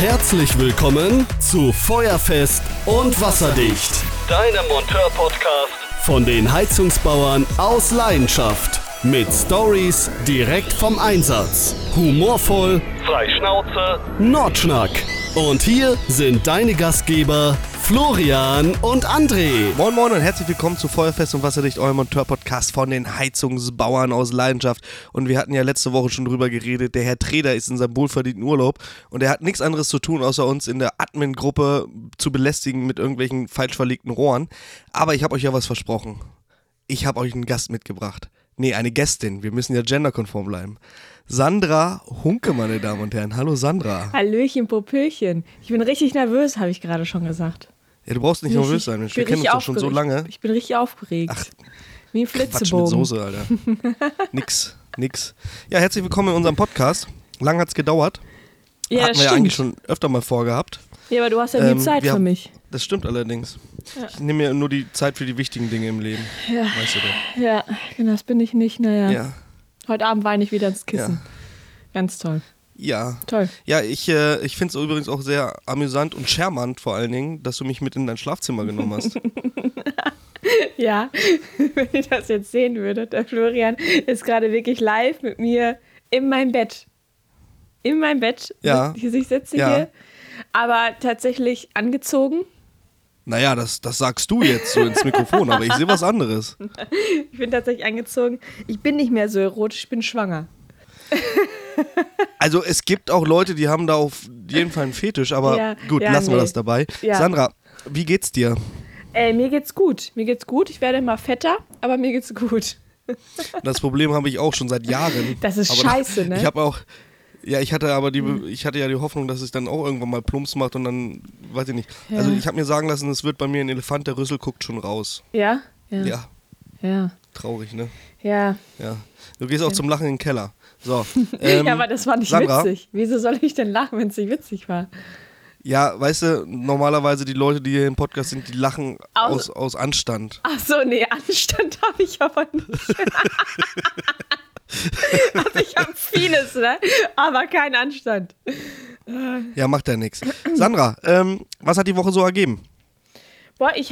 Herzlich willkommen zu Feuerfest und Wasserdicht, deinem Monteur-Podcast von den Heizungsbauern aus Leidenschaft. Mit Stories direkt vom Einsatz. Humorvoll, frei Schnauze, Nordschnack. Und hier sind deine Gastgeber Florian und André. Moin moin und herzlich willkommen zu Feuerfest und Wasserdicht, eurem Monteur-Podcast von den Heizungsbauern aus Leidenschaft. Und wir hatten ja letzte Woche schon drüber geredet, der Herr Treder ist in seinem wohlverdienten Urlaub und er hat nichts anderes zu tun, außer uns in der Admin-Gruppe zu belästigen mit irgendwelchen falsch verlegten Rohren. Aber ich habe euch ja was versprochen. Ich habe euch einen Gast mitgebracht. Nee, eine Gästin. Wir müssen ja genderkonform bleiben. Sandra Hunke, meine Damen und Herren. Hallo Sandra. Hallöchen, Popöchen. Ich bin richtig nervös, habe ich gerade schon gesagt. Ja, du brauchst nicht nervös sein, wir kennen uns doch schon so lange. Ich bin richtig aufgeregt. Ach, wie ein Flitzebogen. Quatsch mit Soße, Alter. Nix. Ja, herzlich willkommen in unserem Podcast. Lang hat's gedauert. Ja, Hatten wir ja eigentlich schon öfter mal vorgehabt. Ja, aber du hast ja nie Zeit für mich. Das stimmt allerdings. Ja. Ich nehme mir nur die Zeit für die wichtigen Dinge im Leben. Ja. Weißt du doch. Ja, genau, das bin ich nicht. Naja. Ja. Heute Abend weine ich wieder ins Kissen. Ja. Ganz toll. Ja. Toll. Ja, ich finde es übrigens auch sehr amüsant und charmant vor allen Dingen, dass du mich mit in dein Schlafzimmer genommen hast. Ja, wenn ihr das jetzt sehen würdet, der Florian ist gerade wirklich live mit mir in meinem Bett. In meinem Bett. Ja. Ich sitze Ja. hier, aber tatsächlich angezogen. Naja, das sagst du jetzt so ins Mikrofon, aber ich sehe was anderes. Ich bin tatsächlich angezogen. Ich bin nicht mehr so erotisch, ich bin schwanger. Also es gibt auch Leute, die haben da auf jeden Fall einen Fetisch, aber Ja, gut, ja, lassen wir nee. das dabei. Ja. Sandra, wie geht's dir? Mir geht's gut. Ich werde immer fetter, aber mir geht's gut. Das Problem habe ich auch schon seit Jahren. Das ist aber scheiße, ne? Ich habe auch, ja, ich hatte ja die Hoffnung, dass es dann auch irgendwann mal Plumps macht und dann, weiß ich nicht. Ja. Also ich habe mir sagen lassen, es wird bei mir ein Elefant, der Rüssel guckt schon raus. Ja? Ja, Ja. traurig, ne? Ja. Ja. Du gehst auch zum Lachen in den Keller. So. Ja, aber das war nicht Sandra? witzig. Wieso soll ich denn lachen, wenn es nicht witzig war? Ja, weißt du, normalerweise die Leute, die hier im Podcast sind, die lachen Aus- aus Anstand. Ach so, nee, Anstand habe ich aber nicht. Also ich habe vieles, ne? Aber kein Anstand. Ja, macht ja nichts. Sandra, was hat die Woche so ergeben? Boah, ich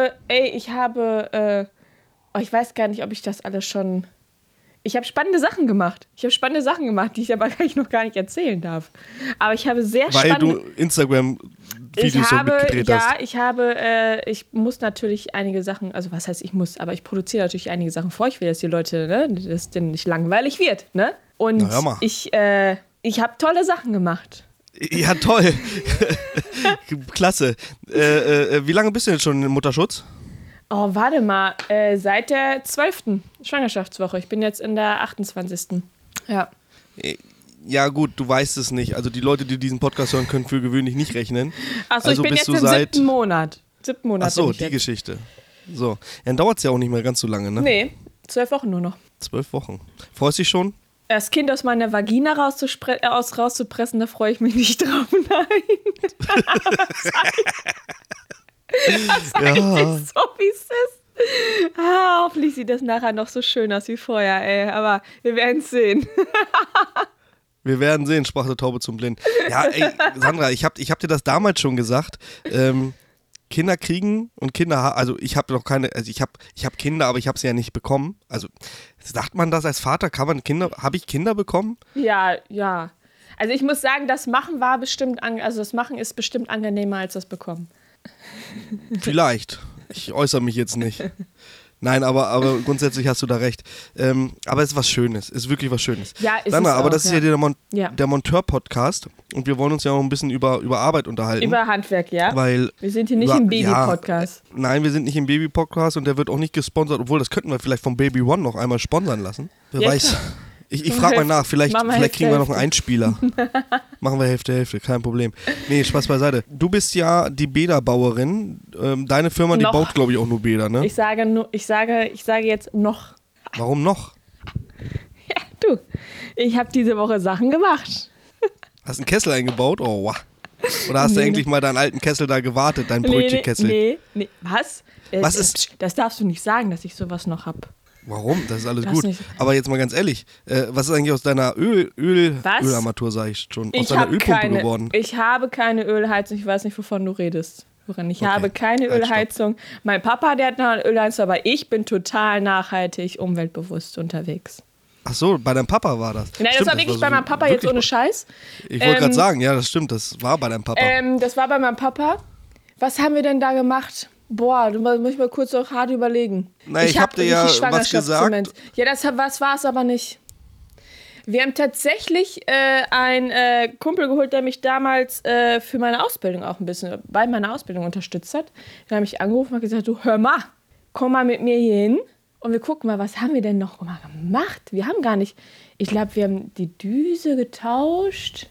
weiß gar nicht, ob ich das alles schon... Ich habe spannende Sachen gemacht. Die ich aber gleich noch gar nicht erzählen darf. Aber ich habe sehr Weil spannende... du Instagram-Videos so mitgedreht hast. Ich muss natürlich einige Sachen, also was heißt ich muss, aber ich produziere natürlich einige Sachen vor. Ich will, dass die Leute, ne, dass es denen nicht langweilig wird, ne? Und Na, hör mal. ich habe tolle Sachen gemacht. Ja, toll. Klasse. Wie lange bist du jetzt schon im Mutterschutz? Oh, warte mal, seit der 12. Schwangerschaftswoche. Ich bin jetzt in der 28. Ja. Ja gut, du weißt es nicht. Also die Leute, die diesen Podcast hören, können für gewöhnlich nicht rechnen. Achso, Also ich bin bist jetzt du im seit- 7. Monat. Ach so, bin ich die jetzt. Geschichte. So, ja, dann dauert es ja auch nicht mehr ganz so lange, ne? Nee, 12 Wochen nur noch. 12 Wochen. Freust dich schon? Das Kind aus meiner Vagina rauszupressen, da freue ich mich nicht drauf. Nein. Das sag ich so, wie es ist. Hoffentlich sieht das nachher noch so schön aus wie vorher, ey. Aber wir werden es sehen. Wir werden sehen, sprach der Taube zum Blind. Ja, ey, Sandra, ich hab dir das damals schon gesagt. Kinder kriegen und Kinder haben, also ich habe noch keine, also ich hab Kinder, aber ich habe sie ja nicht bekommen. Also sagt man das als Vater, habe ich Kinder bekommen? Ja. Also ich muss sagen, das Machen ist bestimmt angenehmer als das Bekommen. Vielleicht. Ich äußere mich jetzt nicht. Nein, aber grundsätzlich hast du da recht. Aber es ist was Schönes. Es ist wirklich was Schönes. Ja, ist Sandra, es aber auch, das ist ja. der Monteur-Podcast und wir wollen uns ja auch ein bisschen über Arbeit unterhalten. Über Handwerk, ja? Weil Wir sind hier nicht im Baby-Podcast. Ja, nein, wir sind nicht im Baby-Podcast und der wird auch nicht gesponsert, obwohl das könnten wir vielleicht vom Baby One noch einmal sponsern lassen. Wer Ja, weiß. klar. Ich frage mal nach, vielleicht Machen wir kriegen wir noch einen Hälfte. Einspieler. Machen wir Hälfte, kein Problem. Nee, Spaß beiseite. Du bist ja die Bäderbauerin. Deine Firma, die Noch. baut, glaube ich, auch nur Bäder, ne? Ich sage jetzt noch. Warum noch? Ja, du, ich habe diese Woche Sachen gemacht. Hast einen Kessel eingebaut? Oh, wow. Oder hast du Nee. endlich mal deinen alten Kessel da gewartet, deinen Brötchenkessel? Nee. Was? Was ist- Das darfst du nicht sagen, dass ich sowas noch hab. Warum? Das ist alles Das gut. nicht. Aber jetzt mal ganz ehrlich, was ist eigentlich aus deiner Ölarmatur, sag ich schon, aus deiner Ölpumpe geworden? Ich habe keine Ölheizung, ich weiß nicht, wovon du redest. Ich Okay. habe keine Halt, Ölheizung. Mein Papa, der hat eine Ölheizung, aber ich bin total nachhaltig, umweltbewusst unterwegs. Ach so, bei deinem Papa war das. Nein, das war wirklich bei meinem Papa, jetzt ohne Scheiß. Ich wollte gerade sagen, ja, das stimmt, das war bei deinem Papa. Das war bei meinem Papa. Was haben wir denn da gemacht? Boah, da muss ich mal kurz auch hart überlegen. Na, ich hab dir ja was gesagt. Ja, was war es aber nicht. Wir haben tatsächlich einen Kumpel geholt, der mich damals für meine Ausbildung auch ein bisschen, bei meiner Ausbildung unterstützt hat. Der hat mich angerufen und gesagt, du hör mal, komm mal mit mir hier hin und wir gucken mal, was haben wir denn noch mal gemacht? Wir haben gar nicht, ich glaube, wir haben die Düse getauscht.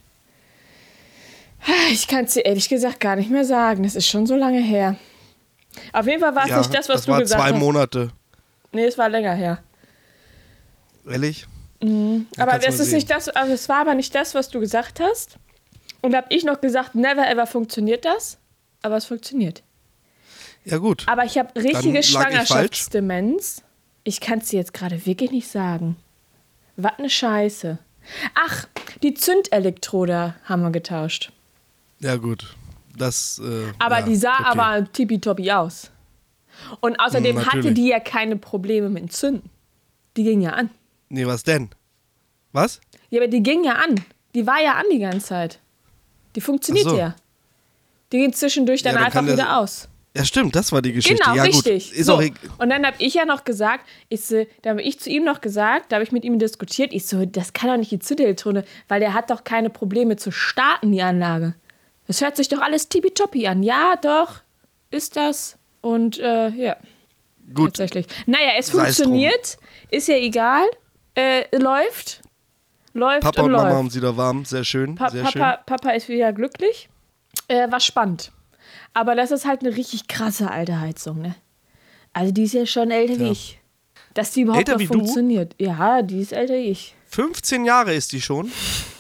Ich kann es dir ehrlich gesagt gar nicht mehr sagen, das ist schon so lange her. Auf jeden Fall war es nicht das, was du gesagt hast. Das war 2 Monate. Nee, es war länger her. Ehrlich? Aber das ist nicht das, also es war aber nicht das, was du gesagt hast. Und da habe ich noch gesagt, never ever funktioniert das. Aber es funktioniert. Ja, gut. Aber ich habe richtige Dann lag ich Schwangerschaftsdemenz. Ich kann es dir jetzt gerade wirklich nicht sagen. Was eine Scheiße. Ach, die Zündelektrode haben wir getauscht. Ja, gut. Das, Aber ja, die sah okay. aber tippitoppi aus. Und außerdem hatte Natürlich. die ja keine Probleme mit dem Zünden. Die ging ja an. Nee, was denn? Was? Ja, aber die ging ja an. Die war ja an die ganze Zeit. Die funktioniert Ach so. ja. Die geht zwischendurch dann Ja, dann einfach kann der- wieder aus. Ja, stimmt, das war die Geschichte. Genau, ja, richtig. Gut. Ist so. auch Und dann habe ich ja noch gesagt, da habe ich zu ihm noch gesagt, da habe ich mit ihm diskutiert, ich so, das kann doch nicht die Zündelektrode, weil der hat doch keine Probleme zu starten, die Anlage. Das hört sich doch alles tippitoppi an. Ja, doch, ist das. Und ja, gut. tatsächlich. Naja, es Sei es drum. funktioniert, ist ja egal, läuft Papa und und Mama läuft. haben sie da warm, sehr schön, sehr schön. Papa ist wieder glücklich. War spannend. Aber das ist halt eine richtig krasse alte Heizung, ne? Also die ist ja schon älter wie ich. Dass die überhaupt Älter noch wie du? funktioniert. Ja, die ist älter wie ich. 15 Jahre ist die schon.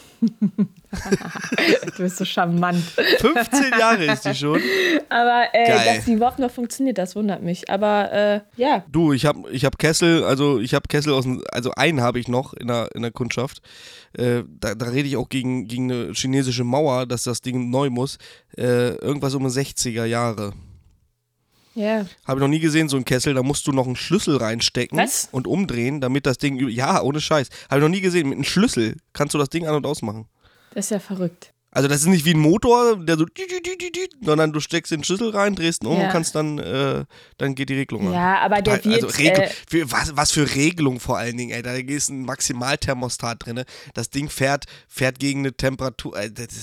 Du bist so charmant. 15 Jahre ist die schon. Aber Geil. dass die überhaupt noch funktioniert, das wundert mich. Aber ja. Du, ich hab Kessel, also einen habe ich noch in der Kundschaft. Da rede ich auch gegen eine chinesische Mauer, dass das Ding neu muss. Irgendwas um die 60er Jahre. Ja. Habe ich noch nie gesehen, so ein Kessel. Da musst du noch einen Schlüssel reinstecken Was? und umdrehen, damit das Ding. Ja, ohne Scheiß. Habe ich noch nie gesehen. Mit einem Schlüssel kannst du das Ding an- und ausmachen. Das ist ja verrückt. Also, das ist nicht wie ein Motor, der so. Sondern du steckst den Schlüssel rein, drehst ihn um Ja. und kannst dann geht die Regelung an. Ja, aber der wird. Also was für Regelung vor allen Dingen, ey. Da ist ein Maximalthermostat drin. Das Ding fährt gegen eine Temperatur.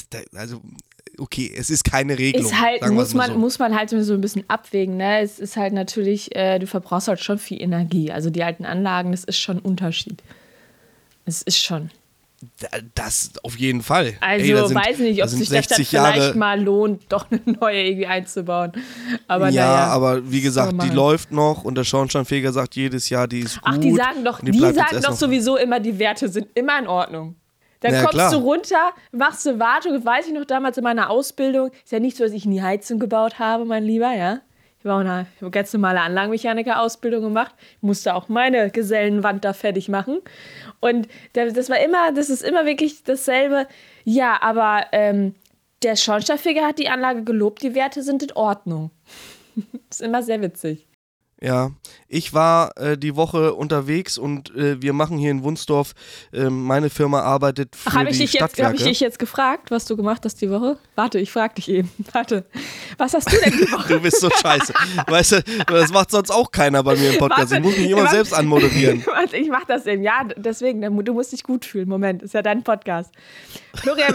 Okay, es ist keine Regelung. Ist halt, sagen wir es mal so. muss man halt so ein bisschen abwägen. Ne? Es ist halt natürlich, du verbrauchst halt schon viel Energie. Also die alten Anlagen, das ist schon ein Unterschied. Es ist schon. Das auf jeden Fall. Also Ey, weiß nicht, ob sich das dann vielleicht mal lohnt, doch eine neue irgendwie einzubauen. Aber ja, naja. aber wie gesagt, die machen. läuft noch und der Schornsteinfeger sagt jedes Jahr, die ist gut. Ach, die sagen doch, und die bleibt jetzt erst noch- sowieso immer, die Werte sind immer in Ordnung. Dann Ja, kommst klar. du runter, machst eine Wartung. Weiß ich noch damals in meiner Ausbildung. Ist ja nicht so, dass ich nie Heizung gebaut habe, mein Lieber, ja. Ich habe eine ganz normale Anlagenmechaniker-Ausbildung gemacht. Ich musste auch meine Gesellenwand da fertig machen. Und das ist immer wirklich dasselbe. Ja, aber der Schornsteinfeger hat die Anlage gelobt, die Werte sind in Ordnung. Das ist immer sehr witzig. Ja, ich war die Woche unterwegs und wir machen hier in Wunsdorf, meine Firma arbeitet für Habe die ich Stadtwerke. dich jetzt gefragt, was du gemacht hast die Woche? Warte, ich frage dich eben. Warte, was hast du denn die Woche? Du bist so scheiße. Weißt du, das macht sonst auch keiner bei mir im Podcast. Ich muss mich immer selbst anmoderieren. Warte, ich mach das eben. Ja, deswegen, du musst dich gut fühlen. Moment, ist ja dein Podcast. Florian,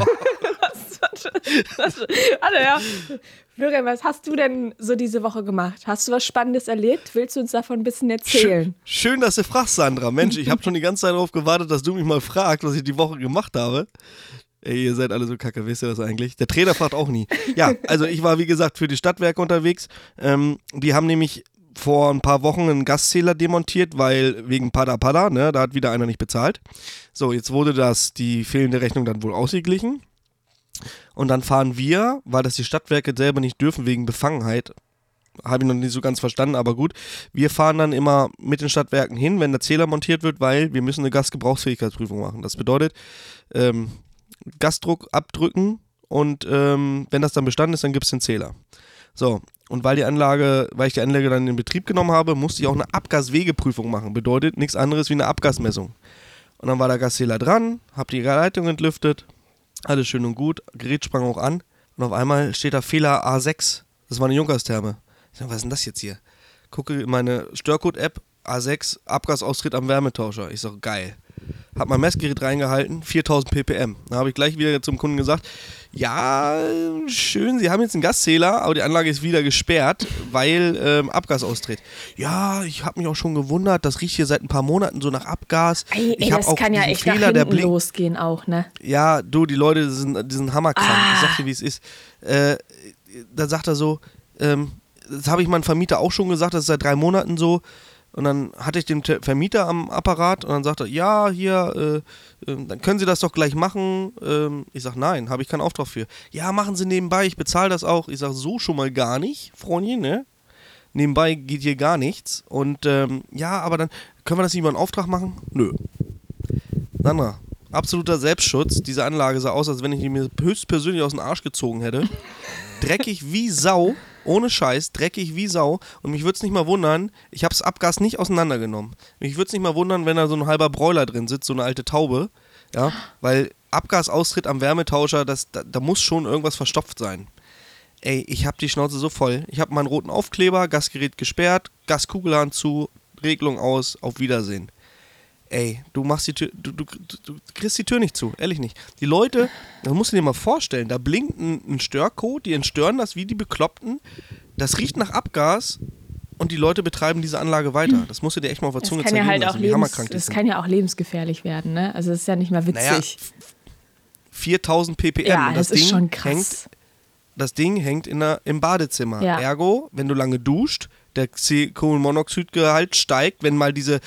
Florian, was hast du denn so diese Woche gemacht? Hast du was Spannendes erlebt? Willst du uns davon ein bisschen erzählen? Schön, dass du fragst, Sandra. Mensch, ich habe schon die ganze Zeit darauf gewartet, dass du mich mal fragst, was ich die Woche gemacht habe. Ey, ihr seid alle so kacke, wisst ihr das eigentlich? Der Trainer fragt auch nie. Ja, also ich war, wie gesagt, für die Stadtwerke unterwegs. Die haben nämlich vor ein paar Wochen einen Gaszähler demontiert, weil wegen Pada, ne, da hat wieder einer nicht bezahlt. So, jetzt wurde die fehlende Rechnung dann wohl ausgeglichen. Und dann fahren wir, weil das die Stadtwerke selber nicht dürfen, wegen Befangenheit, habe ich noch nicht so ganz verstanden, aber gut. Wir fahren dann immer mit den Stadtwerken hin, wenn der Zähler montiert wird, weil wir müssen eine Gasgebrauchsfähigkeitsprüfung machen. Das bedeutet, Gasdruck abdrücken und wenn das dann bestanden ist, dann gibt es den Zähler. So, und weil ich die Anlage dann in Betrieb genommen habe, musste ich auch eine Abgaswegeprüfung machen. Bedeutet nichts anderes wie eine Abgasmessung. Und dann war der Gaszähler dran, habe die Leitung entlüftet, alles schön und gut, Gerät sprang auch an und auf einmal steht da Fehler A6. Das war eine Junkerstherme. Ich sag, was ist denn das jetzt hier? Gucke in meine Störcode-App, A6, Abgasaustritt am Wärmetauscher. Ich sag, geil. Hab mein Messgerät reingehalten, 4000 ppm. Da habe ich gleich wieder zum Kunden gesagt, ja, schön, Sie haben jetzt einen Gaszähler, aber die Anlage ist wieder gesperrt, weil Abgasaustritt. Ja, ich habe mich auch schon gewundert, das riecht hier seit ein paar Monaten so nach Abgas. Ey, ich das auch kann ja echt Fehler, nach hinten losgehen auch, ne? Ja, du, die Leute die sind hammerkrank. Ich sag dir, wie es ist. Da sagt er so, das habe ich meinem Vermieter auch schon gesagt, das ist seit 3 Monaten so. Und dann hatte ich den Vermieter am Apparat und dann sagt er, ja, hier, dann können Sie das doch gleich machen. Ich sag, nein, habe ich keinen Auftrag für. Ja, machen Sie nebenbei, ich bezahle das auch. Ich sag, so schon mal gar nicht, Freundchen, ne? Nebenbei geht hier gar nichts. Und ja, aber dann können wir das nicht über einen Auftrag machen? Nö. Sandra, absoluter Selbstschutz. Diese Anlage sah aus, als wenn ich die mir höchstpersönlich aus dem Arsch gezogen hätte. Dreckig wie Sau. Ohne Scheiß, dreckig wie Sau. Und mich würde es nicht mal wundern, ich habe das Abgas nicht auseinandergenommen. Mich würde es nicht mal wundern, wenn da so ein halber Broiler drin sitzt, so eine alte Taube. Ja, weil Abgasaustritt am Wärmetauscher, da muss schon irgendwas verstopft sein. Ey, ich habe die Schnauze so voll. Ich habe meinen roten Aufkleber, Gasgerät gesperrt, Gaskugelhahn zu, Regelung aus, auf Wiedersehen. Ey, du machst die Tür, du kriegst die Tür nicht zu, ehrlich nicht. Die Leute, das musst du dir mal vorstellen, da blinkt ein Störcode, die entstören das wie die Bekloppten, das riecht nach Abgas und die Leute betreiben diese Anlage weiter. Das musst du dir echt mal auf der Zunge zergehen lassen, wie hammerkrank die sind. Das kann ja auch lebensgefährlich werden, ne? Also das ist ja nicht mal witzig. Naja, 4000 ppm. Ja, und das ist schon krass. Das Ding hängt im Badezimmer. Ja. Ergo, wenn du lange duscht, der Kohlenmonoxidgehalt steigt, wenn dieser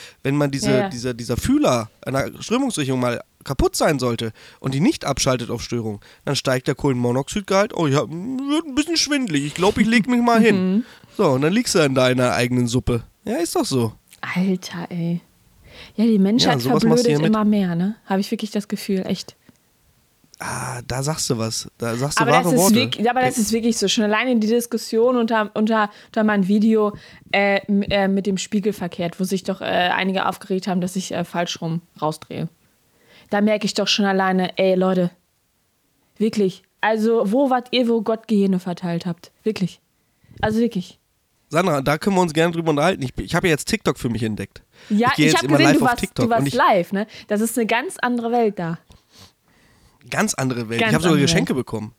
Fühler einer Strömungsrichtung mal kaputt sein sollte und die nicht abschaltet auf Störung, dann steigt der Kohlenmonoxidgehalt. Oh, ja, wird ein bisschen schwindelig. Ich glaube, ich lege mich mal hin. So, und dann liegst du in deiner eigenen Suppe. Ja, ist doch so. Alter, ey. Ja, die Menschheit verblödet immer mehr, ne? Habe ich wirklich das Gefühl, echt. Ah, da sagst du was. Da sagst du aber wahre Worte. Aber das ist wirklich so. Schon alleine die Diskussion unter mein Video mit dem Spiegelverkehrt, wo sich doch einige aufgeregt haben, dass ich falsch rum rausdrehe. Da merke ich doch schon alleine, ey Leute, wirklich. Also wo wart ihr, wo Gott Gehirne verteilt habt? Wirklich. Also wirklich. Sandra, da können wir uns gerne drüber unterhalten. Ich habe ja jetzt TikTok für mich entdeckt. Ja, ich habe gesehen, du warst live, ne? Das ist eine ganz andere Welt da. Ganz andere Welt. Ich habe sogar Geschenke bekommen.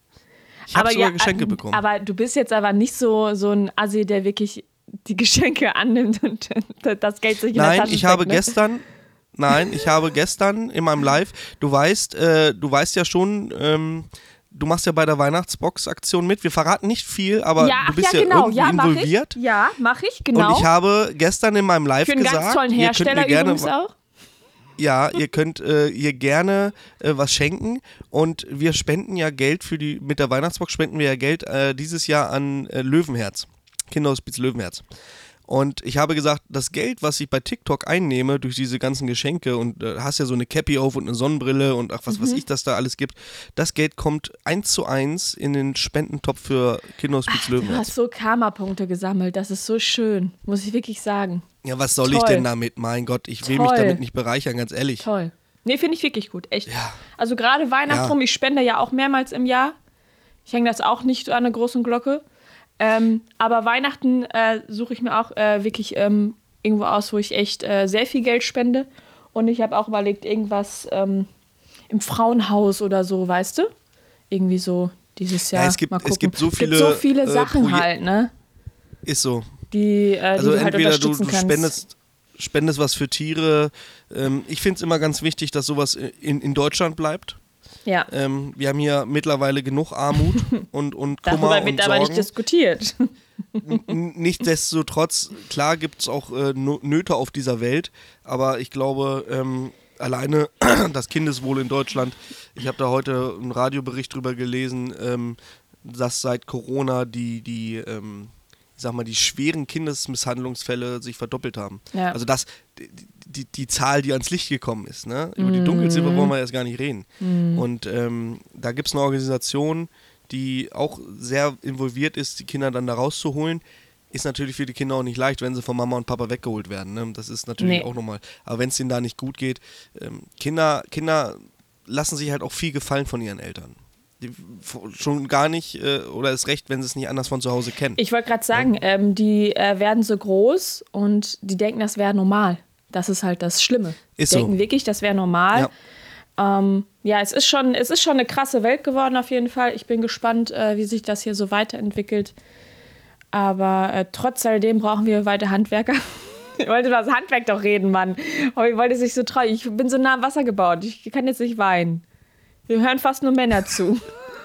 Aber du bist jetzt aber nicht so ein Assi, der wirklich die Geschenke annimmt und das Geld sich in der Tasche steckt, ich habe gestern in meinem Live, du weißt ja schon, du machst ja bei der Weihnachtsbox-Aktion mit. Wir verraten nicht viel, aber du bist irgendwie involviert. Ja, mach ich, genau. Und ich habe gestern in meinem Live gesagt, für einen ganz tollen Hersteller übrigens auch. Ja, ihr könnt hier gerne was schenken und wir spenden ja Geld mit der Weihnachtsbox spenden wir ja Geld dieses Jahr an Löwenherz, Kinderhospiz Löwenherz. Und ich habe gesagt, das Geld, was ich bei TikTok einnehme durch diese ganzen Geschenke und hast ja so eine Cappy auf und eine Sonnenbrille und was weiß ich, das da alles gibt, das Geld kommt 1:1 in den Spendentopf für Kinderhospiz Löwenherz. Du hast so Karma-Punkte gesammelt, das ist so schön, muss ich wirklich sagen. Ja, was soll ich denn damit? Mein Gott, ich will mich damit nicht bereichern, ganz ehrlich. Toll. Nee, finde ich wirklich gut, echt. Ja. Also gerade Weihnachten rum, ich spende ja auch mehrmals im Jahr. Ich hänge das auch nicht an einer großen Glocke. Aber Weihnachten suche ich mir auch wirklich irgendwo aus, wo ich echt sehr viel Geld spende. Und ich habe auch überlegt, irgendwas im Frauenhaus oder so, weißt du? Irgendwie so dieses Jahr. Ja, es gibt so viele Sachen halt, ne? Ist so. Die also du halt entweder du kannst. spendest was für Tiere. Ich finde es immer ganz wichtig, dass sowas in Deutschland bleibt. Ja. Wir haben hier mittlerweile genug Armut und Kummer Darüber wird und aber Sorgen. nicht diskutiert. Nichtsdestotrotz, klar gibt es auch Nöte auf dieser Welt, aber ich glaube, alleine das Kindeswohl in Deutschland, ich habe da heute einen Radiobericht drüber gelesen, dass seit Corona die ich sag mal, die schweren Kindesmisshandlungsfälle sich verdoppelt haben. Ja. Also die Zahl, die ans Licht gekommen ist. Ne? Über die Dunkelziffer wollen wir erst gar nicht reden. Und da gibt es eine Organisation, die auch sehr involviert ist, die Kinder dann da rauszuholen. Ist natürlich für die Kinder auch nicht leicht, wenn sie von Mama und Papa weggeholt werden. Ne? Das ist natürlich auch normal. Aber wenn es denen da nicht gut geht, Kinder lassen sich halt auch viel gefallen von ihren Eltern. Die schon gar nicht, oder ist recht, wenn sie es nicht anders von zu Hause kennen. Ich wollte gerade sagen, die werden so groß und die denken, das wäre normal. Das ist halt das Schlimme. Die denken wirklich, das wäre normal. Ja. Es ist schon eine krasse Welt geworden auf jeden Fall. Ich bin gespannt, wie sich das hier so weiterentwickelt. Aber trotz alledem brauchen wir weiter Handwerker. Ich wollte über das Handwerk doch reden, Mann. Aber ich wollte es nicht so treu. Ich bin so nah am Wasser gebaut. Ich kann jetzt nicht weinen. Wir hören fast nur Männer zu.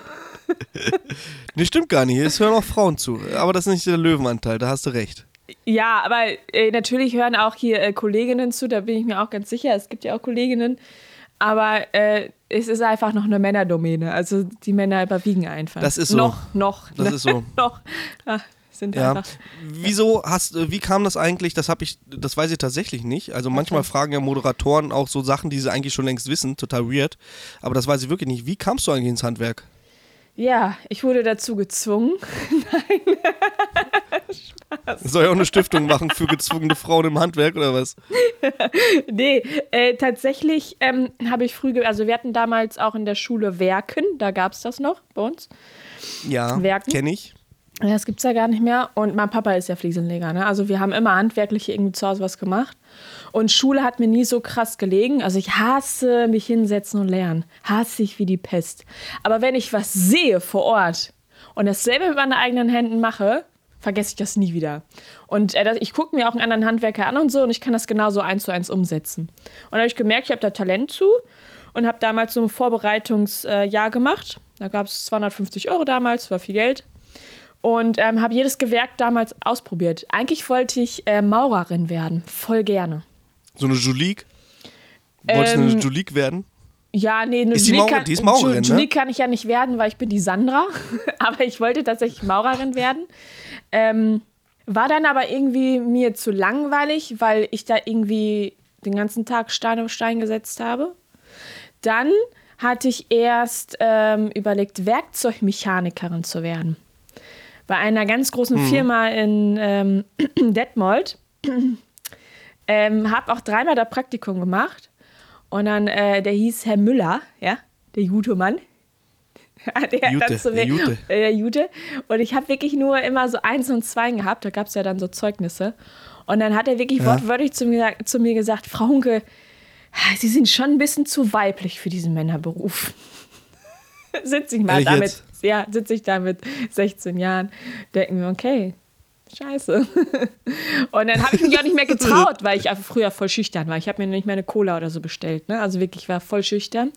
Nee, stimmt gar nicht. Es hören auch Frauen zu. Aber das ist nicht der Löwenanteil, da hast du recht. Ja, aber natürlich hören auch hier Kolleginnen zu, da bin ich mir auch ganz sicher. Es gibt ja auch Kolleginnen. Aber es ist einfach noch eine Männerdomäne. Also die Männer überwiegen einfach. Das ist so. Noch. Das ist so. Noch. Ach, sind ja. einfach. Wie kam das eigentlich? Das weiß ich tatsächlich nicht. Also manchmal fragen ja Moderatoren auch so Sachen, die sie eigentlich schon längst wissen. Total weird. Aber das weiß ich wirklich nicht. Wie kamst du eigentlich ins Handwerk? Ja, ich wurde dazu gezwungen. Nein. Spaß. Soll ich auch eine Stiftung machen für gezwungene Frauen im Handwerk oder was? Nee, tatsächlich habe ich also wir hatten damals auch in der Schule Werken, da gab es das noch bei uns. Ja, kenne ich. Ja, das gibt es ja gar nicht mehr. Und mein Papa ist ja Fliesenleger, ne? Also wir haben immer handwerklich irgendwie zu Hause was gemacht. Und Schule hat mir nie so krass gelegen. Also ich hasse mich hinsetzen und lernen. Hasse ich wie die Pest. Aber wenn ich was sehe vor Ort und dasselbe mit meinen eigenen Händen mache, vergesse ich das nie wieder. Und ich gucke mir auch einen anderen Handwerker an und so und ich kann das genauso 1:1 umsetzen. Und da habe ich gemerkt, ich habe da Talent zu und habe damals so ein Vorbereitungsjahr gemacht. Da gab es 250 € damals, war viel Geld. Und habe jedes Gewerk damals ausprobiert. Eigentlich wollte ich Maurerin werden, voll gerne. So eine Julique? Wolltest du eine Julique werden? Ja, nee, eine die ist Maurerin, Julique kann ich ja nicht werden, weil ich bin die Sandra. Aber ich wollte tatsächlich Maurerin werden. War dann aber irgendwie mir zu langweilig, weil ich da irgendwie den ganzen Tag Stein auf Stein gesetzt habe. Dann hatte ich erst überlegt, Werkzeugmechanikerin zu werden. Bei einer ganz großen Firma in Detmold. Habe auch 3-mal da Praktikum gemacht. Und dann, der hieß Herr Müller, ja, der gute Mann. Der Jute. Und ich habe wirklich nur immer so 1 und 2 gehabt. Da gab es ja dann so Zeugnisse. Und dann hat er wirklich wortwörtlich zu mir gesagt, Frau Hunke, Sie sind schon ein bisschen zu weiblich für diesen Männerberuf. Sitze ich da mit 16 Jahren, denke mir, okay, scheiße. Und dann habe ich mich auch nicht mehr getraut, weil ich einfach früher voll schüchtern war. Ich habe mir nicht mehr eine Cola oder so bestellt, ne? Also wirklich, ich war voll schüchtern.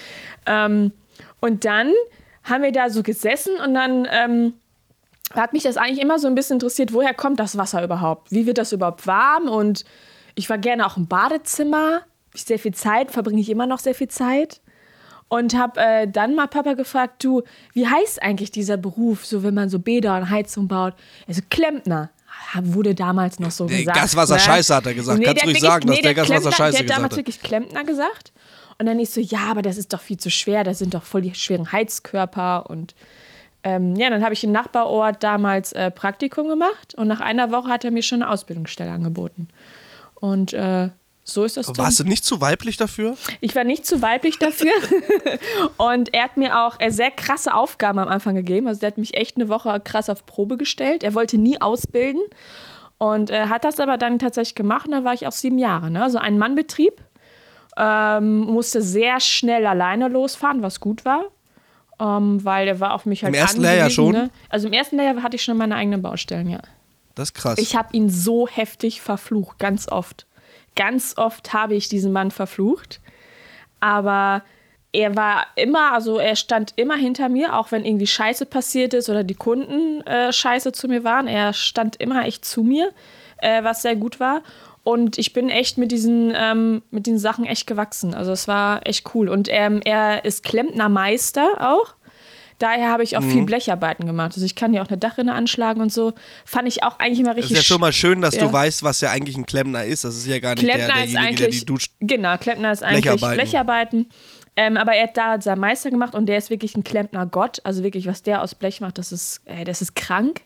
Und dann haben wir da so gesessen und dann hat mich das eigentlich immer so ein bisschen interessiert, woher kommt das Wasser überhaupt? Wie wird das überhaupt warm? Und ich war gerne auch im Badezimmer. Sehr viel Zeit, verbringe ich immer noch sehr viel Zeit. Und habe dann mal Papa gefragt, du, wie heißt eigentlich dieser Beruf, so wenn man so Bäder und Heizung baut? Also Klempner. Wurde damals noch so gesagt. Gaswasser-Scheiße hat er gesagt. Nee, kannst du ruhig sagen, dass der Gaswasser-Scheiße gesagt hat. Der hat damals wirklich Klempner gesagt. Und dann ich so, ja, aber das ist doch viel zu schwer. Das sind doch voll die schweren Heizkörper. Und dann habe ich im Nachbarort damals Praktikum gemacht. Und nach einer Woche hat er mir schon eine Ausbildungsstelle angeboten. Und so ist das. Warst du nicht zu weiblich dafür? Ich war nicht zu weiblich dafür. Und er hat mir auch sehr krasse Aufgaben am Anfang gegeben. Also der hat mich echt eine Woche krass auf Probe gestellt. Er wollte nie ausbilden. Und hat das aber dann tatsächlich gemacht. Und da war ich auch 7 Jahre. Ne? Also ein Mannbetrieb. Musste sehr schnell alleine losfahren, was gut war. Weil der war auf mich halt angewiesen. Im ersten Lehrjahr schon? Ne? Also im ersten Lehrjahr hatte ich schon meine eigenen Baustellen, ja. Das ist krass. Ich habe ihn so heftig verflucht, ganz oft. Ganz oft habe ich diesen Mann verflucht. Aber er stand immer hinter mir, auch wenn irgendwie Scheiße passiert ist oder die Kunden scheiße zu mir waren. Er stand immer echt zu mir, was sehr gut war. Und ich bin echt mit diesen Sachen echt gewachsen. Also es war echt cool. Und er ist Klempnermeister auch. Daher habe ich auch viel Blecharbeiten gemacht. Also ich kann ja auch eine Dachrinne anschlagen und so. Fand ich auch eigentlich immer richtig. Das ist ja schon mal schön, dass du weißt, was ja eigentlich ein Klempner ist. Das ist ja gar nicht derjenige, der die duscht. Genau, Klempner ist eigentlich Blecharbeiten. Aber er hat da seinen Meister gemacht und der ist wirklich ein Klempner-Gott. Also wirklich, was der aus Blech macht, das ist krank.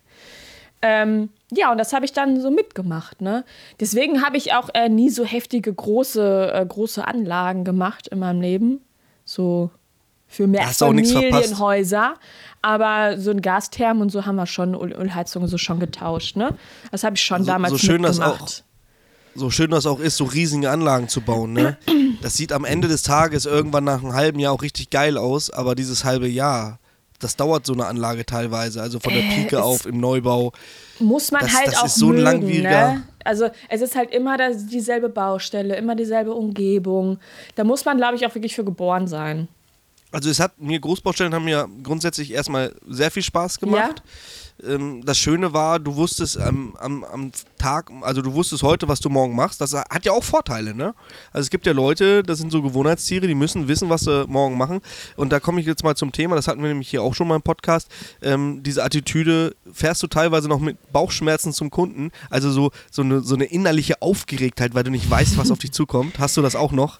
Ja, und das habe ich dann so mitgemacht. Ne? Deswegen habe ich auch nie so heftige, große Anlagen gemacht in meinem Leben. So für Mehrfamilienhäuser. Aber so ein Gastherm und so haben wir schon, Ölheizung so schon getauscht. Ne? Das habe ich schon damals mitgemacht. So schön das auch ist, so riesige Anlagen zu bauen, ne? Das sieht am Ende des Tages irgendwann nach einem halben Jahr auch richtig geil aus, aber dieses halbe Jahr, das dauert so eine Anlage teilweise, also von der Pike auf im Neubau. Muss man halt das auch ist so ein langwieriger. Ne? Also es ist halt immer dieselbe Baustelle, immer dieselbe Umgebung. Da muss man, glaube ich, auch wirklich für geboren sein. Also Großbaustellen haben mir grundsätzlich erstmal sehr viel Spaß gemacht. Ja. Das Schöne war, du wusstest am Tag, also du wusstest heute, was du morgen machst. Das hat ja auch Vorteile, ne? Also es gibt ja Leute, das sind so Gewohnheitstiere, die müssen wissen, was sie morgen machen. Und da komme ich jetzt mal zum Thema, das hatten wir nämlich hier auch schon mal im Podcast, diese Attitüde, fährst du teilweise noch mit Bauchschmerzen zum Kunden, also so eine innerliche Aufgeregtheit, weil du nicht weißt, was auf dich zukommt. Hast du das auch noch?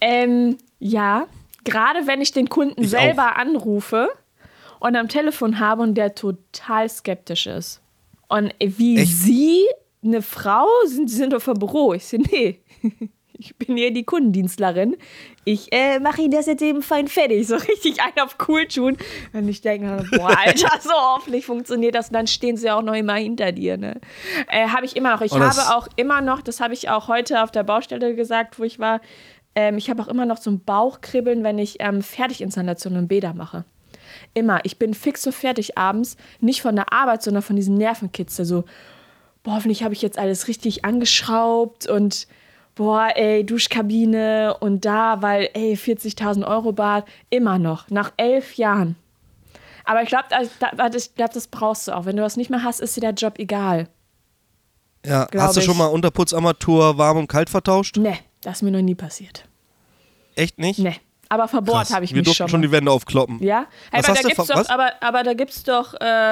Ja. Gerade wenn ich den Kunden selber anrufe und am Telefon habe und der total skeptisch ist. Und wie Echt? Sie, eine Frau, Sie sind doch vom Büro. Ich sage, nee, ich bin hier die Kundendienstlerin. Ich mache Ihnen das jetzt eben fein fertig. So richtig einen auf cool tun. Und ich denke, boah, Alter, so hoffentlich funktioniert das. Und dann stehen sie auch noch immer hinter dir. Ne? Habe ich immer noch. Ich habe auch immer noch, das habe ich auch heute auf der Baustelle gesagt, wo ich war, ich habe auch immer noch so ein Bauchkribbeln, wenn ich Fertiginstallationen und Bäder mache. Immer. Ich bin fix und fertig abends. Nicht von der Arbeit, sondern von diesen Nervenkitzel. So, boah, hoffentlich habe ich jetzt alles richtig angeschraubt und boah, ey, Duschkabine und da, weil, ey, 40.000 Euro Bad. Immer noch. Nach 11 Jahren. Aber ich glaube, das brauchst du auch. Wenn du das nicht mehr hast, ist dir der Job egal. Ja, hast du schon mal Unterputzarmatur warm und kalt vertauscht? Nee, das ist mir noch nie passiert. Echt nicht? Nee. Aber verbohrt habe ich mich schon. Wir durften schon die Wände aufkloppen. Ja? Aber da gibt's doch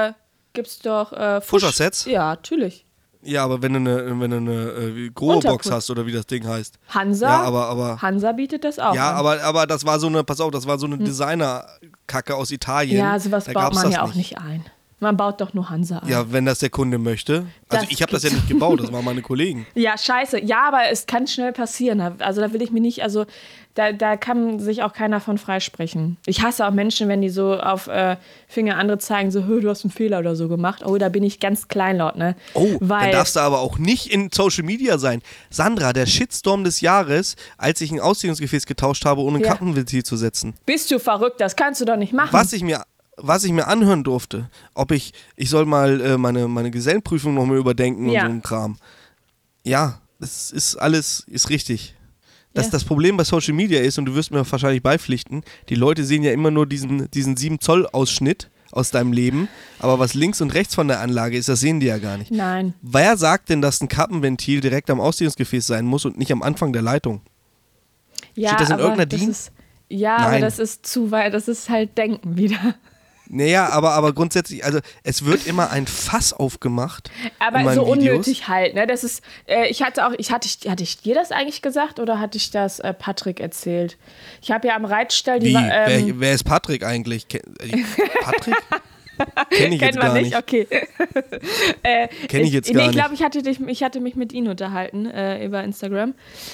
Fuscher-Sets? Ja, natürlich. Ja, aber wenn du eine Grohe-Box hast oder wie das Ding heißt. Hansa? Ja, aber Hansa bietet das auch ja, an. aber das war so eine Designer-Kacke aus Italien. Ja, sowas baut man ja auch nicht ein. Man baut doch nur Hansa ein. Ja, wenn das der Kunde möchte. Also ich habe das ja nicht gebaut, das waren meine Kollegen. Ja, scheiße. Ja, aber es kann schnell passieren. Also da will ich mir nicht, also da kann sich auch keiner von freisprechen. Ich hasse auch Menschen, wenn die so auf Finger andere zeigen, so, du hast einen Fehler oder so gemacht. Oh, da bin ich ganz kleinlaut, ne? Oh, dann darfst du aber auch nicht in Social Media sein. Sandra, der Shitstorm des Jahres, als ich ein Ausziehungsgefäß getauscht habe, ohne Kappenventil zu setzen. Bist du verrückt? Das kannst du doch nicht machen. Was ich mir anhören durfte, ob ich soll mal meine Gesellenprüfung noch mal überdenken und so ein Kram. Ja, das ist alles richtig. Das Problem bei Social Media ist, und du wirst mir wahrscheinlich beipflichten, die Leute sehen ja immer nur diesen 7-Zoll-Ausschnitt aus deinem Leben, aber was links und rechts von der Anlage ist, das sehen die ja gar nicht. Nein. Wer sagt denn, dass ein Kappenventil direkt am Ausziehungsgefäß sein muss und nicht am Anfang der Leitung? Ja, steht das in irgendeiner DIN? Ja, aber das ist zu weit, das ist halt Denken wieder. Naja, aber grundsätzlich, also es wird immer ein Fass aufgemacht. Aber in meinen so Videos. Unnötig halt, ne? Das ist, hatte ich dir das eigentlich gesagt oder hatte ich das Patrick erzählt? Ich habe ja am Reitstall die. Wer ist Patrick eigentlich? Patrick? Kenn ich jetzt gar nicht. Okay. Kenn ich jetzt gar nicht. Ich glaube, ich hatte mich mit ihm unterhalten über Instagram.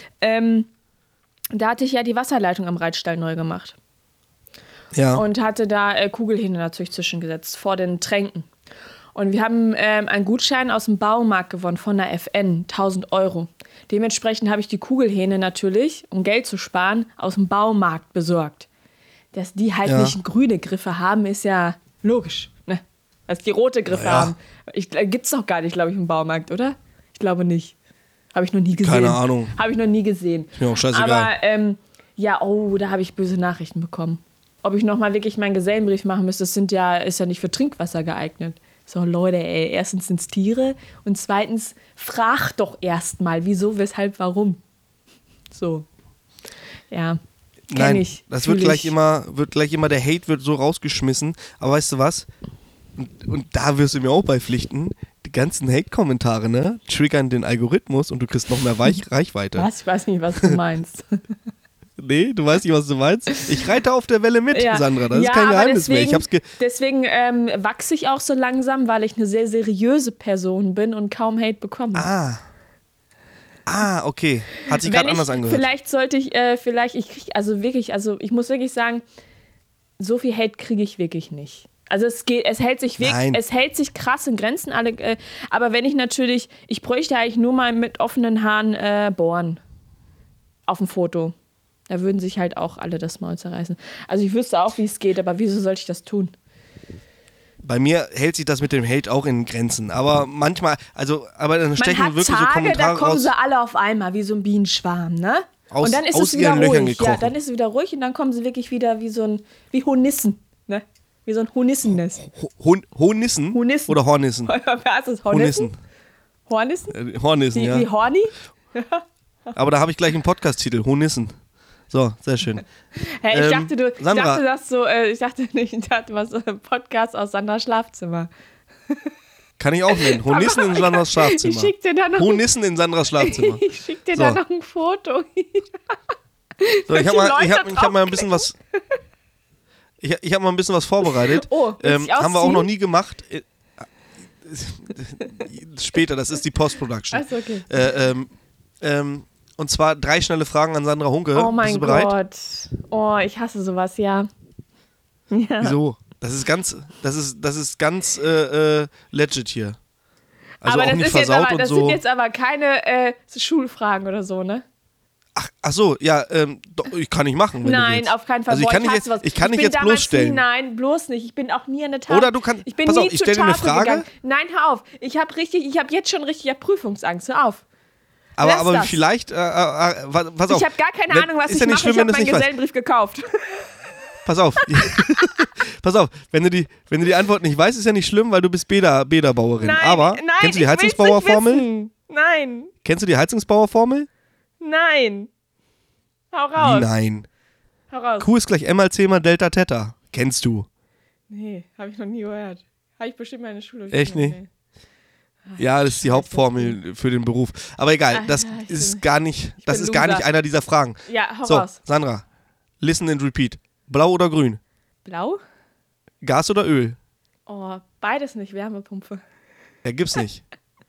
Da hatte ich ja die Wasserleitung am Reitstall neu gemacht. Ja. Und hatte da Kugelhähne natürlich zwischengesetzt vor den Tränken. Und wir haben einen Gutschein aus dem Baumarkt gewonnen von der FN, 1.000 Euro. Dementsprechend habe ich die Kugelhähne natürlich, um Geld zu sparen, aus dem Baumarkt besorgt. Dass die halt nicht grüne Griffe haben, ist ja logisch. Ne? Dass die rote Griffe haben. Gibt's doch gar nicht, glaube ich, im Baumarkt, oder? Ich glaube nicht. Habe ich noch nie gesehen. Keine Ahnung. Habe ich noch nie gesehen. Ist mir auch scheißegal. Aber da habe ich böse Nachrichten bekommen. Ob ich nochmal wirklich meinen Gesellenbrief machen müsste, ist ja nicht für Trinkwasser geeignet. So, Leute, ey, erstens sind es Tiere und zweitens, frag doch erstmal, wieso, weshalb, warum. So, ja. Nein, das wird gleich immer der Hate wird so rausgeschmissen. Aber weißt du was? Und da wirst du mir auch beipflichten. Die ganzen Hate-Kommentare, ne, triggern den Algorithmus und du kriegst noch mehr Reichweite. Was? Ich weiß nicht, was du meinst. Nee, du weißt nicht, was du meinst? Ich reite auf der Welle mit, Sandra. Das ist kein Geheimnis deswegen, mehr. Deswegen wachse ich auch so langsam, weil ich eine sehr seriöse Person bin und kaum Hate bekomme. Okay. Hat sich gerade anders angehört. Vielleicht sollte ich, ich muss wirklich sagen, so viel Hate kriege ich wirklich nicht. Also es hält sich krass in Grenzen, aber wenn ich bräuchte eigentlich nur mal mit offenen Haaren bohren auf dem Foto. Da würden sich halt auch alle das Maul zerreißen. Also ich wüsste auch, wie es geht, aber wieso sollte ich das tun? Bei mir hält sich das mit dem Hate auch in Grenzen. Aber manchmal, aber dann stechen wirklich Tage, so Kommentare da kommen raus. Sie alle auf einmal, wie so ein Bienenschwarm, ne? Und dann ist aus es wieder ihren Löchern ruhig. gekrochen. Ja, dann ist es wieder ruhig und dann kommen sie wirklich wieder wie Hornissen, ne? Wie so ein Hornissennest. Hornissen? Oder Hornissen? Was ist Hornissen? Hornissen? Hornissen, ja. Wie Horny? Aber da habe ich gleich einen Podcast-Titel, Hornissen. So, sehr schön. Hey, ich dachte, Sandra, ich dachte was so ein Podcast aus Sandras Schlafzimmer. Kann ich auch nennen. Hornissen in Sandras Schlafzimmer. Ich schick dir dann noch Hornissen in Sandras Schlafzimmer. Ich schick dir dann noch ein Foto. So, ich hab mal ein bisschen was. Ich habe mal ein bisschen was vorbereitet. Oh, haben wir auch noch nie gemacht. Später, das ist die Post-Production. Achso, okay. Und zwar 3 schnelle Fragen an Sandra Hunke. Oh mein Bist du bereit? Gott. Oh, ich hasse sowas, ja. Wieso? Das ist ganz legit hier. Also aber auch das nicht ist versaut das und so. sind jetzt aber keine Schulfragen oder so, ne? Ach so, ja, kann ich machen, wenn Nein, du willst. auf keinen Fall. Also ich kann dich jetzt bloßstellen. Nein, bloß nicht. Ich bin auch nie an der Tafel. Oder du kannst, ich bin pass nie auf, ich zur stelle dir eine Tafel Frage. gegangen. Nein, hör auf. Ich habe jetzt schon richtig Prüfungsangst. Hör auf. Aber vielleicht, pass auf. Ich habe gar keine Ahnung, was ich mache. Ich habe meinen Gesellenbrief gekauft. Pass auf. Pass auf, wenn du die Antwort nicht weißt, ist ja nicht schlimm, weil du bist Bäderbauerin. Nein, Aber kennst du die Heizungsbauerformel? Nein. Kennst du die Heizungsbauerformel? Nein. Hau raus. Wie nein? Hau raus. Q ist gleich M mal C mal Delta Theta. Kennst du? Nee, habe ich noch nie gehört. Habe ich bestimmt meine Schule. Echt nicht? Nee. Ja, das ist die Hauptformel für den Beruf. Aber egal, das ist gar nicht einer dieser Fragen. Ja, hau so, raus. Sandra, listen and repeat. Blau oder grün? Blau? Gas oder Öl? Oh, beides nicht, Wärmepumpe. Ja, gibt's nicht.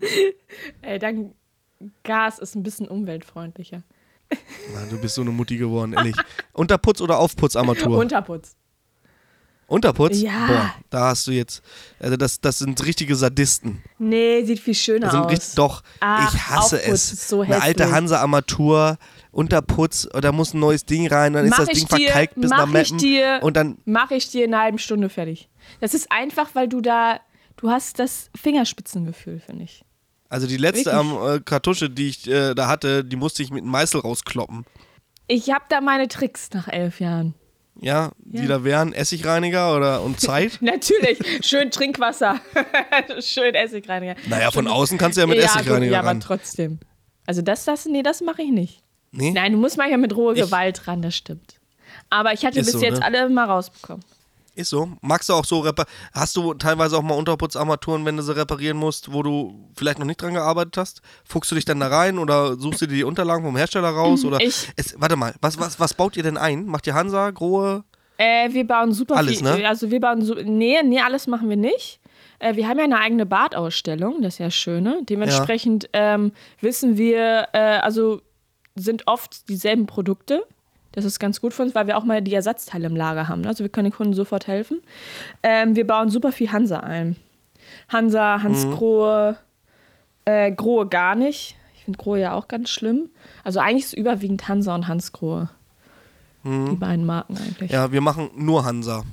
Dann Gas ist ein bisschen umweltfreundlicher. Na, du bist so eine Mutti geworden, ehrlich. Unterputz oder Aufputzarmatur? Unterputz. Unterputz? Ja. Boah, da hast du jetzt, also das sind richtige Sadisten. Nee, sieht viel schöner aus. Doch, Ach, ich hasse Aufputz es. ist so eine alte Hansa-Armatur, Unterputz, da muss ein neues Ding rein, dann ist das Ding verkalkt bis nach Meppen. Und dann mache ich dir in einer halben Stunde fertig. Das ist einfach, weil du hast das Fingerspitzengefühl, finde ich. Also die letzte Kartusche, die ich da hatte, die musste ich mit einem Meißel rauskloppen. Ich habe da meine Tricks nach 11 Jahren. Ja, die da wären Essigreiniger und Zeit? Natürlich, schön Trinkwasser, schön Essigreiniger. Naja, von außen kannst du ja mit Essigreiniger ran. Ja, aber trotzdem. Also das mache ich nicht. Nee? Nein, du musst manchmal mit roher Gewalt ran, das stimmt. Aber ich hatte bis jetzt alle mal rausbekommen. Ist so. Magst du auch so hast du teilweise auch mal Unterputzarmaturen, wenn du sie reparieren musst, wo du vielleicht noch nicht dran gearbeitet hast? Fuchst du dich dann da rein oder suchst du dir die Unterlagen vom Hersteller raus? Oder warte mal, was baut ihr denn ein? Macht ihr Hansa, Grohe? Wir bauen super alles, viel. Ne? Also wir bauen nee, alles machen wir nicht. Wir haben ja eine eigene Badausstellung, das ist ja schön, ne? Dementsprechend wissen wir, also sind oft dieselben Produkte. Das ist ganz gut für uns, weil wir auch mal die Ersatzteile im Lager haben. Also wir können den Kunden sofort helfen. Wir bauen super viel Hansa ein. Hansa, Hans Grohe, Grohe gar nicht. Ich finde Grohe ja auch ganz schlimm. Also eigentlich ist es überwiegend Hansa und Hans Grohe. Die beiden Marken eigentlich. Ja, wir machen nur Hansa.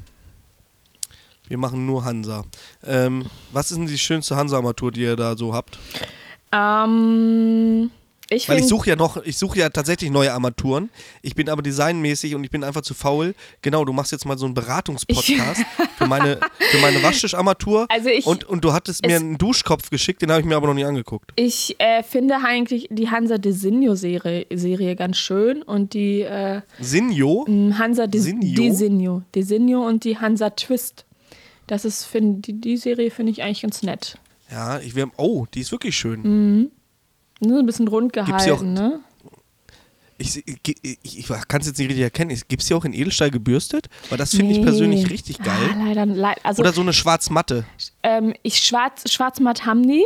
Was ist denn die schönste Hansa-Armatur, die ihr da so habt? Ich suche ja tatsächlich neue Armaturen. Ich bin aber designmäßig und ich bin einfach zu faul. Genau, du machst jetzt mal so einen Beratungspodcast für meine Waschtischarmatur. Also und du hattest mir einen Duschkopf geschickt, den habe ich mir aber noch nie angeguckt. Ich finde eigentlich die Hansa Designo-Serie ganz schön und die Sinjo? Hansa Designo und die Hansa Twist. Das ist, die Serie finde ich eigentlich ganz nett. Ja, die ist wirklich schön. Nur ein bisschen rund gehalten, ne? Ich kann es jetzt nicht richtig erkennen. Gibt es die auch in Edelstahl gebürstet? Weil das finde ich persönlich richtig geil. Leider. Also, oder so eine Schwarzmatte. Schwarzmatt haben die.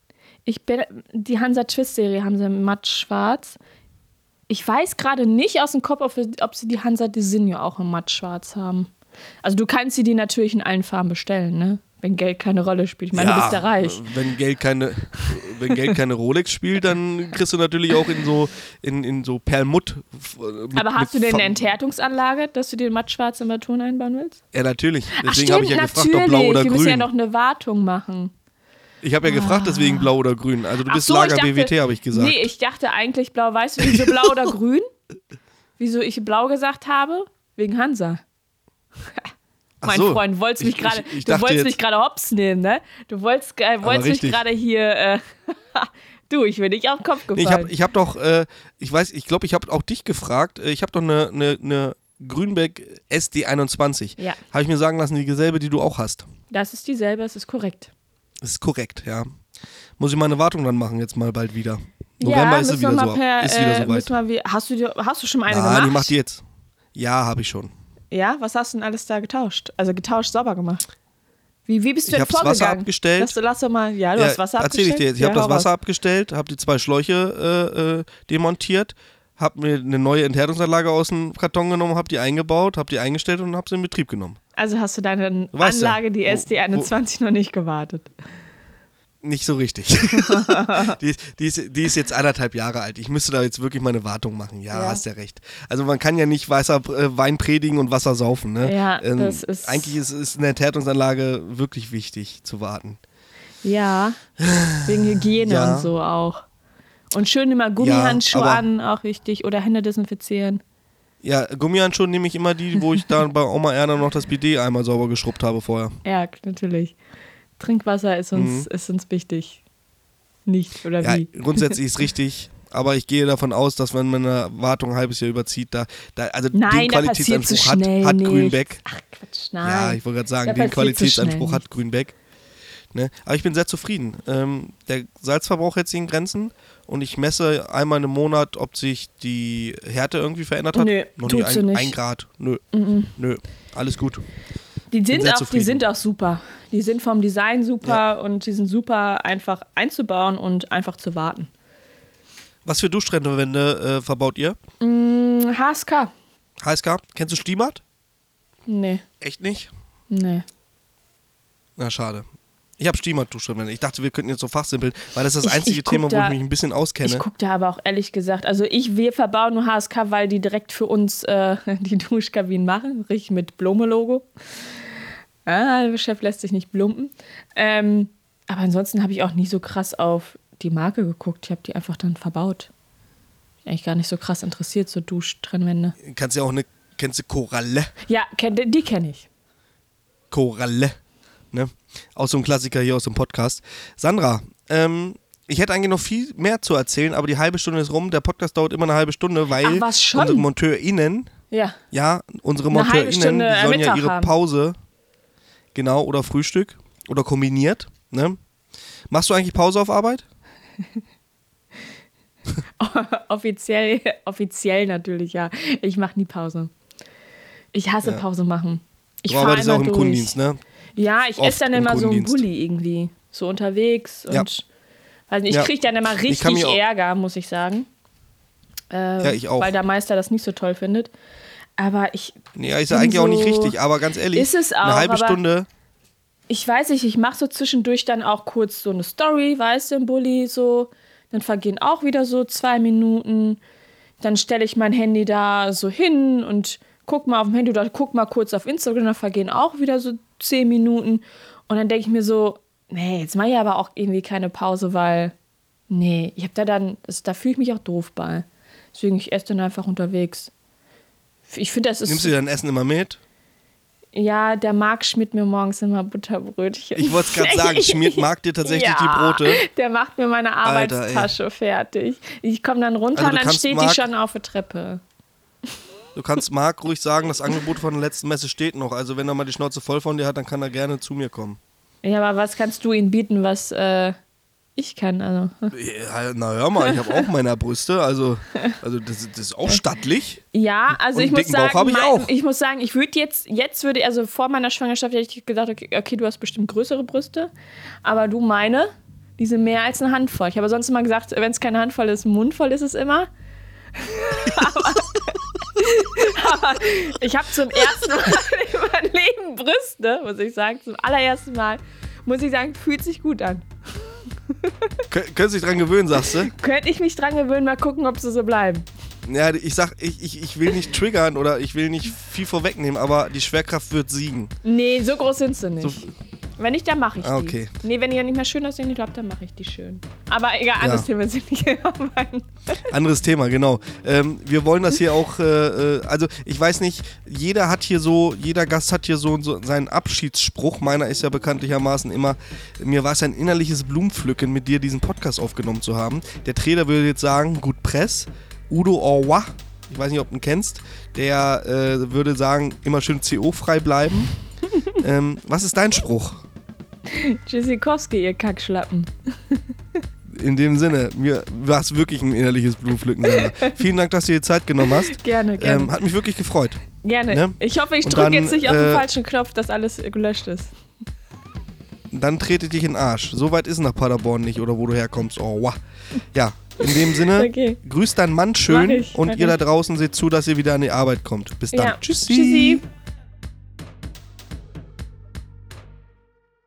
Die Hansa Twist-Serie haben sie matt schwarz. Ich weiß gerade nicht aus dem Kopf, ob sie die Hansa Designo auch in matt schwarz haben. Also du kannst sie die natürlich in allen Farben bestellen, ne? Wenn Geld keine Rolle spielt. Ich meine, du bist ja reich. Wenn Geld keine Rolex spielt, dann kriegst du natürlich auch in so Perlmutt. Aber hast du denn eine Enthärtungsanlage, dass du den mattschwarzen Ton einbauen willst? Ja, natürlich. Deswegen habe ich ja gefragt, ob blau oder grün. Wir müssen ja noch eine Wartung machen. Ich habe ja gefragt, deswegen blau oder grün. Also du bist Lager BWT, habe ich gesagt. Nee, ich dachte eigentlich blau. Weißt du, wieso blau oder grün? Wieso ich blau gesagt habe? Wegen Hansa. Mein Freund, wolltest mich gerade hops nehmen, ne? Du wolltest mich gerade hier, ich bin nicht auf den Kopf gefallen. Ich glaube, ich habe auch dich gefragt. Ich habe doch eine Grünbeck SD21. Ja. Habe ich mir sagen lassen, dieselbe, die du auch hast. Das ist dieselbe, das ist korrekt. Das ist korrekt, ja. Muss ich meine Wartung dann machen, jetzt mal bald wieder. November ist es wieder soweit. Hast du schon mal eine gemacht? Nein, ich mach die jetzt. Ja, habe ich schon. Ja, was hast du denn alles da getauscht? Also sauber gemacht. Wie bist du denn vorgegangen? Ich habe das Wasser abgestellt. Du hast Wasser abgestellt? Erzähl ich dir jetzt. Ich habe das Wasser abgestellt, habe die 2 Schläuche demontiert, habe mir eine neue Enthärtungsanlage aus dem Karton genommen, habe die eingebaut, habe die eingestellt und habe sie in Betrieb genommen. Also hast du deine Anlage, die SD21, noch nicht gewartet? Nicht so richtig. die ist jetzt 1,5 Jahre alt. Ich müsste da jetzt wirklich mal eine Wartung machen. Ja, hast ja recht. Also man kann ja nicht Wein predigen und Wasser saufen. Ne? Ja, das ist... Eigentlich ist eine Enthärtungsanlage wirklich wichtig zu warten. Ja, wegen Hygiene und so auch. Und schön immer Gummihandschuhe an, auch wichtig. Oder Hände desinfizieren. Ja, Gummihandschuhe nehme ich immer die, wo ich da bei Oma Erna noch das Bidet einmal sauber geschrubbt habe vorher. Ja, natürlich. Trinkwasser ist uns wichtig. Nicht, oder wie? Ja, grundsätzlich ist richtig, aber ich gehe davon aus, dass wenn man eine Wartung ein halbes Jahr überzieht, den Qualitätsanspruch hat Grünbeck. Ach Quatsch, nein. Ja, ich wollte gerade sagen, den Qualitätsanspruch hat Grünbeck. Ne? Aber ich bin sehr zufrieden. Der Salzverbrauch hält sich in Grenzen und ich messe einmal im Monat, ob sich die Härte irgendwie verändert hat. Nö, noch tut sie nicht. 1 Grad. Nö, alles gut. Die sind auch super. Die sind vom Design super und die sind super einfach einzubauen und einfach zu warten. Was für Duschtrennwände verbaut ihr? HSK. HSK? Kennst du Stimat? Nee. Echt nicht? Nee. Na, schade. Ich habe Stimat-Duschtrennwände. Ich dachte, wir könnten jetzt so fachsimpeln, weil das ist das einzige Thema, wo ich mich ein bisschen auskenne. Ich gucke da aber auch ehrlich gesagt, also wir verbauen nur HSK, weil die direkt für uns die Duschkabinen machen, richtig mit Blume-Logo. Der Chef lässt sich nicht blumpen. Aber ansonsten habe ich auch nie so krass auf die Marke geguckt. Ich habe die einfach dann verbaut. Bin eigentlich gar nicht so krass interessiert, so Duschtrennwände. Kennst du Koralle? Ja, die kenne ich. Koralle. Ne? Auch so ein Klassiker hier aus dem Podcast. Sandra, ich hätte eigentlich noch viel mehr zu erzählen, aber die halbe Stunde ist rum. Der Podcast dauert immer eine halbe Stunde, weil unsere MonteurInnen, unsere MonteurInnen, die sollen ja ihre Pause, genau, oder Frühstück oder kombiniert. Ne? Machst du eigentlich Pause auf Arbeit? Offiziell natürlich, ja. Ich mache nie Pause. Ich hasse Pause machen. Du arbeitest auch im Kundendienst, ne? Ja, ich esse dann immer so einen Bulli irgendwie. So unterwegs und weiß nicht, ich kriege dann immer richtig Ärger, muss ich sagen. Ich auch. Weil der Meister das nicht so toll findet. Aber ich. Ja, ist ja eigentlich auch nicht richtig, aber ganz ehrlich, ist es auch, eine halbe Stunde. Ich weiß nicht, ich mache so zwischendurch dann auch kurz so eine Story, weißt du, im Bulli so. Dann vergehen auch wieder so 2 Minuten. Dann stelle ich mein Handy da so hin und guck mal auf dem Handy oder guck mal kurz auf Instagram, dann vergehen auch wieder so 10 Minuten. Und dann denke ich mir so, nee, jetzt mache ich aber auch irgendwie keine Pause, weil Nee, ich habe da fühle ich mich auch doof bei. Deswegen, ich esse dann einfach unterwegs. Ich finde, das ist... Nimmst du dein Essen immer mit? Ja, der Marc schmiert mir morgens immer Butterbrötchen. Ich wollte es gerade sagen, schmiert Marc dir tatsächlich die Brote? Der macht mir meine Arbeitstasche fertig. Ich komme dann runter und dann steht die schon auf der Treppe. Du kannst Marc ruhig sagen, das Angebot von der letzten Messe steht noch. Also wenn er mal die Schnauze voll von dir hat, dann kann er gerne zu mir kommen. Ja, aber was kannst du ihm bieten, was ich kann? Also. Ja, na hör mal, ich habe auch meine Brüste, also das ist auch stattlich. Ja, also und ich muss sagen, ich muss sagen, ich würde also vor meiner Schwangerschaft hätte ich gesagt, okay, du hast bestimmt größere Brüste, aber du die sind mehr als eine Handvoll. Ich habe sonst immer gesagt, wenn es keine Handvoll ist, ein Mund voll ist es immer. aber ich habe zum ersten Mal in meinem Leben Brüste, muss ich sagen, zum allerersten Mal, muss ich sagen, fühlt sich gut an. Könntest du dich dran gewöhnen, sagst du? Könnte ich mich dran gewöhnen, mal gucken, ob sie so bleiben. Ja, ich sag, ich will nicht triggern oder ich will nicht viel vorwegnehmen, aber die Schwerkraft wird siegen. Nee, so groß sind sie nicht. Wenn nicht, dann mache ich die. Okay. Nee, wenn die ja nicht mehr schön aussehen, dann mache ich die schön. Aber egal, anderes Thema sind nicht Anderes Thema, genau. Wir wollen das hier auch, also ich weiß nicht, jeder Gast hat hier so seinen Abschiedsspruch. Meiner ist ja bekanntlichermaßen immer, mir war es ein innerliches Blumenpflücken, mit dir diesen Podcast aufgenommen zu haben. Der Trainer würde jetzt sagen, gut Press. Udo Orwa, ich weiß nicht, ob du ihn kennst, der würde sagen, immer schön CO-frei bleiben. Was ist dein Spruch? Tschüssikowski, ihr Kackschlappen. In dem Sinne, mir war es wirklich ein innerliches Blumenpflücken. Vielen Dank, dass du dir Zeit genommen hast. Gerne. Hat mich wirklich gefreut. Gerne. Ne? Ich hoffe, ich drücke jetzt nicht auf den falschen Knopf, dass alles gelöscht ist. Dann trete dich in den Arsch. So weit ist nach Paderborn nicht oder wo du herkommst. Oh, wow. Ja, in dem Sinne, grüß deinen Mann schön und ihr da draußen seht zu, dass ihr wieder an die Arbeit kommt. Bis dann. Ja. Tschüssi.